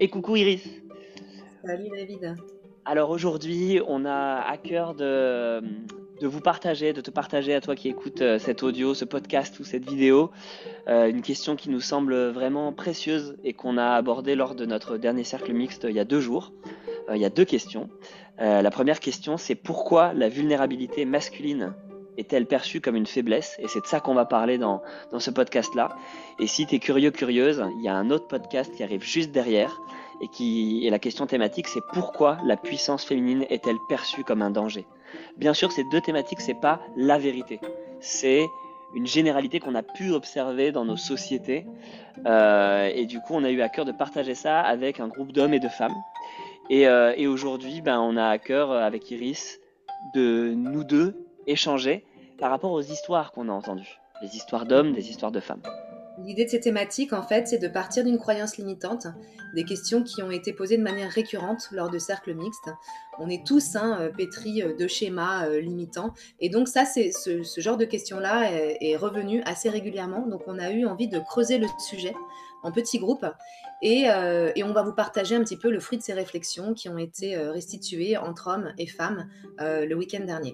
Et coucou Iris. Salut David. Alors aujourd'hui, on a à cœur de vous partager, de te partager à toi qui écoutes cet audio, ce podcast ou cette vidéo, une question qui nous semble vraiment précieuse et qu'on a abordée lors de notre dernier cercle mixte il y a 2 jours. Il y a deux questions. La première question, c'est pourquoi la vulnérabilité masculine est-elle perçue comme une faiblesse? Et c'est de ça qu'on va parler dans ce podcast-là. Et si tu es curieux, curieuse, il y a un autre podcast qui arrive juste derrière. Et la question thématique, c'est pourquoi la puissance féminine est-elle perçue comme un danger? Bien sûr, ces deux thématiques, c'est pas la vérité. C'est une généralité qu'on a pu observer dans nos sociétés. Et du coup, on a eu à cœur de partager ça avec un groupe d'hommes et de femmes. Et aujourd'hui, on a à cœur, avec Iris, de nous deux échanger par rapport aux histoires qu'on a entendues. Des histoires d'hommes, des histoires de femmes. L'idée de ces thématiques, en fait, c'est de partir d'une croyance limitante, des questions qui ont été posées de manière récurrente lors de cercles mixtes. On est tous pétris de schémas limitants. Et donc ça, ce genre de questions-là est revenu assez régulièrement. Donc on a eu envie de creuser le sujet en petits groupes. Et on va vous partager un petit peu le fruit de ces réflexions qui ont été restituées entre hommes et femmes le week-end dernier.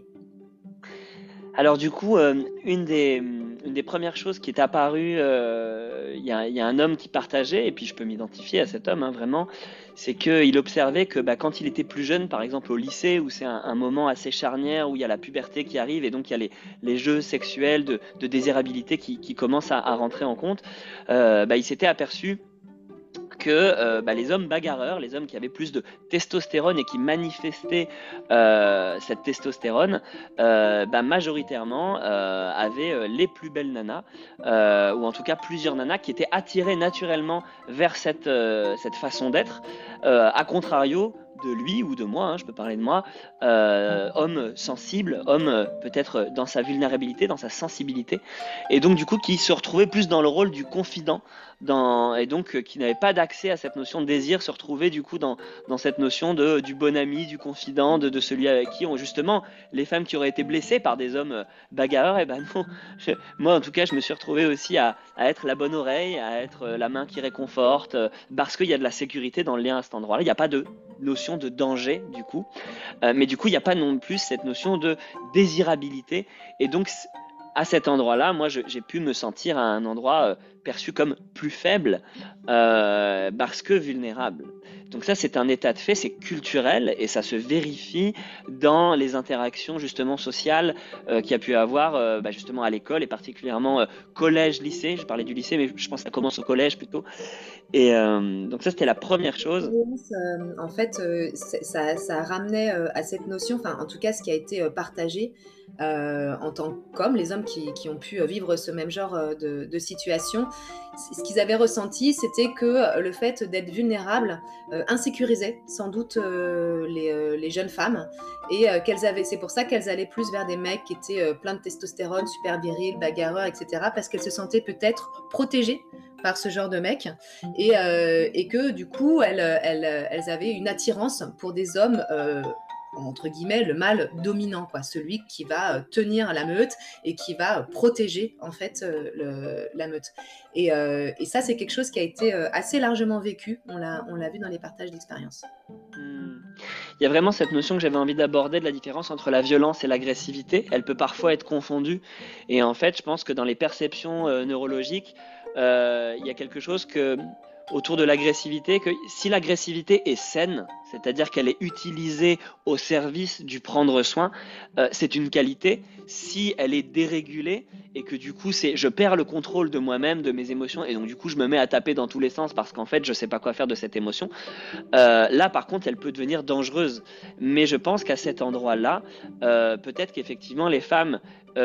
Alors du coup, une des premières choses qui est apparue, il y a un homme qui partageait, et puis je peux m'identifier à cet homme, hein, vraiment, c'est qu'il observait que quand il était plus jeune, par exemple au lycée, où c'est un moment assez charnière, où il y a la puberté qui arrive, et donc il y a les jeux sexuels de désirabilité qui commencent à rentrer en compte, il s'était aperçu que les hommes bagarreurs, les hommes qui avaient plus de testostérone et qui manifestaient cette testostérone, majoritairement avaient les plus belles nanas, ou en tout cas plusieurs nanas qui étaient attirées naturellement vers cette façon d'être, à contrario de lui ou de moi, hein, je peux parler de moi, homme sensible, homme peut-être dans sa vulnérabilité, dans sa sensibilité, et donc du coup qui se retrouvait plus dans le rôle du confident, et donc qui n'avait pas d'accès à cette notion de désir, se retrouver du coup dans cette notion du bon ami, du confident, de celui avec qui ont justement les femmes qui auraient été blessées par des hommes bagarreurs. Et ben non, moi en tout cas je me suis retrouvé aussi à être la bonne oreille, à être la main qui réconforte, parce qu'il y a de la sécurité dans le lien à cet endroit-là. Il n'y a pas de notion de danger du coup, mais du coup il n'y a pas non plus cette notion de désirabilité. Et donc à cet endroit-là, moi, j'ai pu me sentir à un endroit perçu comme plus faible, parce que vulnérable. Donc ça, c'est un état de fait, c'est culturel, et ça se vérifie dans les interactions justement sociales qu'il y a pu avoir justement à l'école, et particulièrement collège, lycée. Je parlais du lycée, mais je pense que ça commence au collège plutôt. Et donc ça, c'était la première chose. En fait, ça ramenait à cette notion, enfin en tout cas ce qui a été partagé en tant qu'hommes, les hommes qui ont pu vivre ce même genre de situation, ce qu'ils avaient ressenti, c'était que le fait d'être vulnérable insécurisait sans doute les jeunes femmes et c'est pour ça qu'elles allaient plus vers des mecs qui étaient pleins de testostérone, super virils, bagarreurs, etc. Parce qu'elles se sentaient peut-être protégées par ce genre de mec et que du coup elles avaient une attirance pour des hommes entre guillemets le mâle dominant, quoi, celui qui va tenir la meute et qui va protéger en fait la meute. Et ça c'est quelque chose qui a été assez largement vécu, on l'a vu dans les partages d'expérience. Il y a vraiment cette notion que j'avais envie d'aborder de la différence entre la violence et l'agressivité. Elle peut parfois être confondue. Et en fait, je pense que dans les perceptions neurologiques, il y a quelque chose autour de l'agressivité, que si l'agressivité est saine, c'est-à-dire qu'elle est utilisée au service du prendre soin, c'est une qualité. Si elle est dérégulée et que du coup je perds le contrôle de moi-même, de mes émotions, et donc du coup je me mets à taper dans tous les sens parce qu'en fait je sais pas quoi faire de cette émotion, là par contre elle peut devenir dangereuse. Mais je pense qu'à cet endroit-là, peut-être qu'effectivement les femmes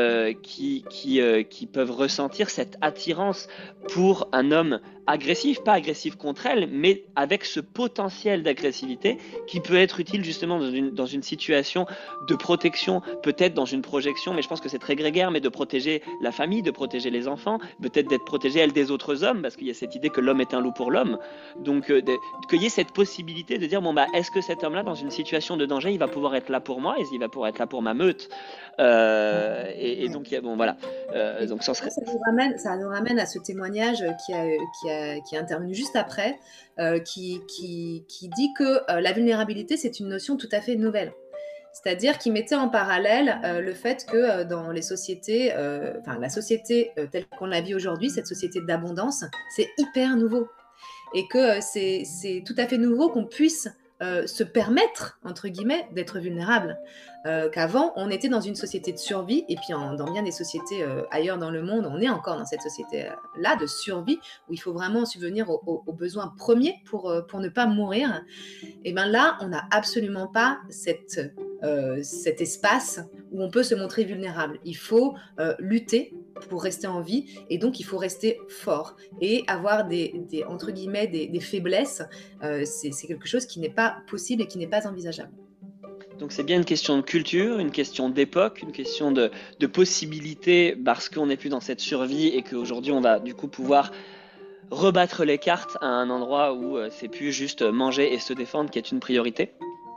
qui peuvent ressentir cette attirance pour un homme agressif, pas agressif contre elles, mais avec ce potentiel d'agressivité, déterminé, qui peut être utile justement dans une situation de protection, peut-être dans une projection, mais je pense que c'est très grégaire, mais de protéger la famille, de protéger les enfants, peut-être d'être protégé elle des autres hommes, parce qu'il y a cette idée que l'homme est un loup pour l'homme. Donc qu'il y ait cette possibilité de dire, bon bah, est-ce que cet homme-là, dans une situation de danger, il va pouvoir être là pour moi, et il va pouvoir être là pour ma meute. Et Ouais. donc bon voilà. Et Donc ça serait. ça nous ramène à ce témoignage qui est intervenu juste après, qui dit que la vulnérabilité, c'est une notion tout à fait nouvelle. C'est-à-dire qu'il mettait en parallèle le fait que dans les sociétés, enfin la société telle qu'on la vit aujourd'hui, cette société d'abondance, c'est hyper nouveau. Et que c'est tout à fait nouveau qu'on puisse se permettre, entre guillemets, d'être vulnérable. Qu'avant, on était dans une société de survie, et puis dans bien des sociétés ailleurs dans le monde, on est encore dans cette société-là de survie, où il faut vraiment subvenir aux besoins premiers pour ne pas mourir. Et bien là, on n'a absolument pas cet espace où on peut se montrer vulnérable. Il faut lutter pour rester en vie, et donc il faut rester fort et avoir entre guillemets des faiblesses. C'est quelque chose qui n'est pas possible et qui n'est pas envisageable. Donc c'est bien une question de culture, une question d'époque, une question de possibilité, parce qu'on n'est plus dans cette survie et qu'aujourd'hui on va du coup pouvoir rebattre les cartes à un endroit où c'est plus juste manger et se défendre qui est une priorité.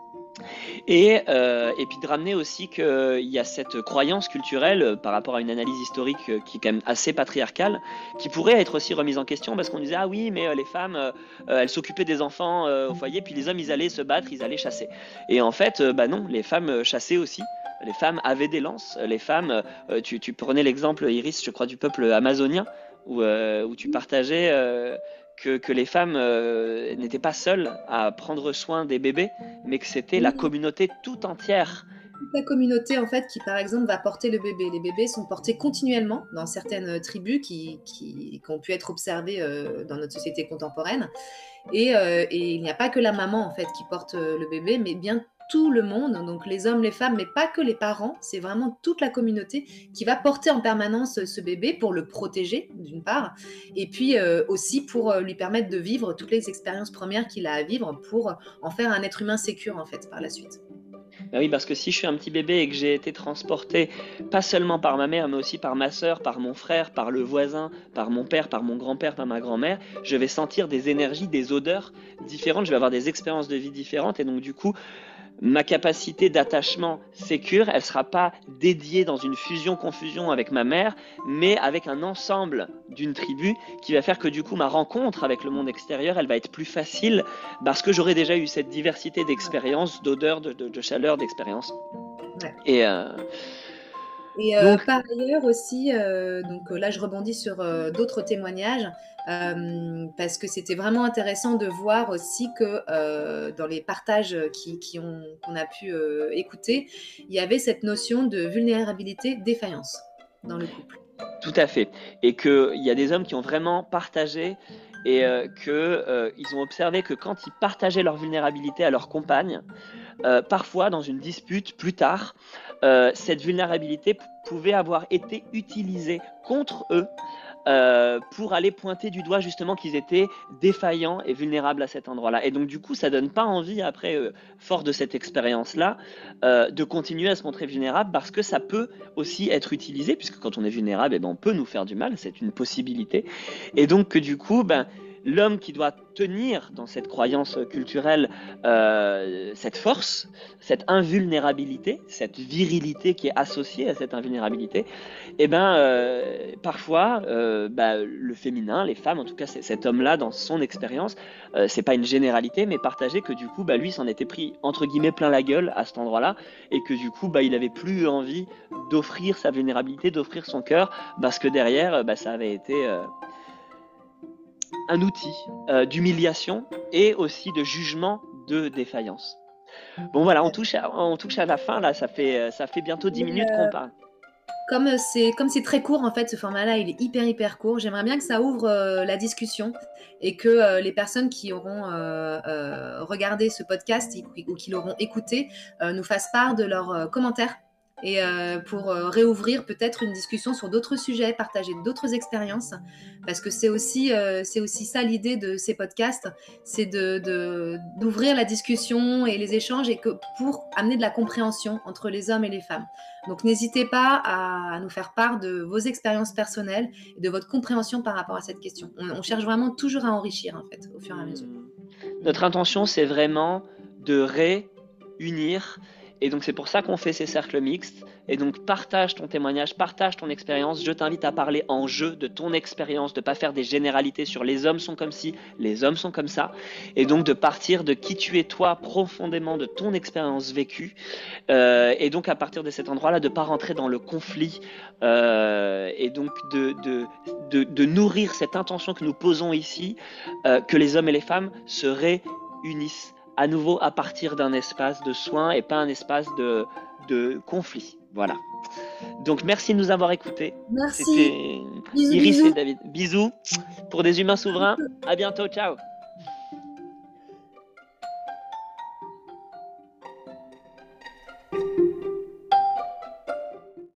Et puis de ramener aussi qu'il y a cette croyance culturelle par rapport à une analyse historique qui est quand même assez patriarcale, qui pourrait être aussi remise en question, parce qu'on disait ah oui mais les femmes elles s'occupaient des enfants au foyer, puis les hommes ils allaient se battre, ils allaient chasser. Et en fait bah non, les femmes chassaient aussi. Les femmes avaient des lances, les femmes, tu prenais l'exemple Iris, je crois, du peuple amazonien, où tu partageais que les femmes n'étaient pas seules à prendre soin des bébés, mais que c'était la Oui, communauté tout entière. toute la communauté en fait qui par exemple va porter le bébé. Les bébés sont portés continuellement dans certaines tribus qui ont pu être observées dans notre société contemporaine. Et il n'y a pas que la maman en fait qui porte le bébé, mais bien tout le monde, donc les hommes, les femmes, mais pas que les parents, c'est vraiment toute la communauté qui va porter en permanence ce bébé pour le protéger d'une part, et puis aussi pour lui permettre de vivre toutes les expériences premières qu'il a à vivre pour en faire un être humain sécure en fait par la suite. Ben oui, parce que si je suis un petit bébé et que j'ai été transporté pas seulement par ma mère, mais aussi par ma sœur, par mon frère, par le voisin, par mon père, par mon grand-père, par ma grand-mère, je vais sentir des énergies, des odeurs différentes, je vais avoir des expériences de vie différentes, et donc du coup, ma capacité d'attachement sécure, elle ne sera pas dédiée dans une fusion-confusion avec ma mère, mais avec un ensemble d'une tribu qui va faire que du coup ma rencontre avec le monde extérieur, elle va être plus facile parce que j'aurai déjà eu cette diversité d'expériences, d'odeurs, de chaleur, d'expériences. Ouais. Et Et donc, par ailleurs aussi, donc là je rebondis sur d'autres témoignages, parce que c'était vraiment intéressant de voir aussi que dans les partages qu'on a pu écouter, il y avait cette notion de vulnérabilité, défaillance dans le couple. tout à fait. Et qu'il y a des hommes qui ont vraiment partagé et qu'ils ont observé que quand ils partageaient leur vulnérabilité à leur compagne, parfois dans une dispute plus tard, cette vulnérabilité pouvait avoir été utilisée contre eux pour aller pointer du doigt justement qu'ils étaient défaillants et vulnérables à cet endroit-là. Et donc du coup, ça donne pas envie après, fort de cette expérience-là, de continuer à se montrer vulnérable parce que ça peut aussi être utilisé, puisque quand on est vulnérable, eh ben, on peut nous faire du mal, c'est une possibilité. Et donc que du coup, ben, l'homme qui doit tenir dans cette croyance culturelle cette force, cette invulnérabilité, cette virilité qui est associée à cette invulnérabilité, et ben parfois bah, le féminin, les femmes, en tout cas cet homme-là dans son expérience, c'est pas une généralité, mais partagé que du coup bah, lui s'en était pris entre guillemets plein la gueule à cet endroit-là, et que du coup bah, il avait plus envie d'offrir sa vulnérabilité, d'offrir son cœur, parce que derrière bah, ça avait été un outil d'humiliation et aussi de jugement de défaillance. Bon voilà, on touche à la fin là, ça fait bientôt 10 minutes qu'on parle. Comme c'est très court en fait, ce format-là, il est hyper court. J'aimerais bien que ça ouvre la discussion et que les personnes qui auront regardé ce podcast ou qui l'auront écouté nous fassent part de leurs commentaires et pour réouvrir peut-être une discussion sur d'autres sujets, partager d'autres expériences, parce que c'est aussi ça l'idée de ces podcasts, c'est d'ouvrir la discussion et les échanges et que pour amener de la compréhension entre les hommes et les femmes. Donc n'hésitez pas à nous faire part de vos expériences personnelles et de votre compréhension par rapport à cette question. On cherche vraiment toujours à enrichir en fait au fur et à mesure. Notre intention, c'est vraiment de réunir. Et donc, c'est pour ça qu'on fait ces cercles mixtes. Et donc, partage ton témoignage, partage ton expérience. Je t'invite à parler en jeu de ton expérience, de ne pas faire des généralités sur les hommes sont comme ci, les hommes sont comme ça. Et donc, de partir de qui tu es toi, profondément de ton expérience vécue. Et donc, à partir de cet endroit-là, de ne pas rentrer dans le conflit. Et donc, de nourrir cette intention que nous posons ici, que les hommes et les femmes se réunissent à nouveau à partir d'un espace de soins et pas un espace de conflit. Voilà. Donc merci de nous avoir écoutés. Merci. C'était Bisous, Iris bisous. et David. Bisous pour des humains souverains. À bientôt. Ciao.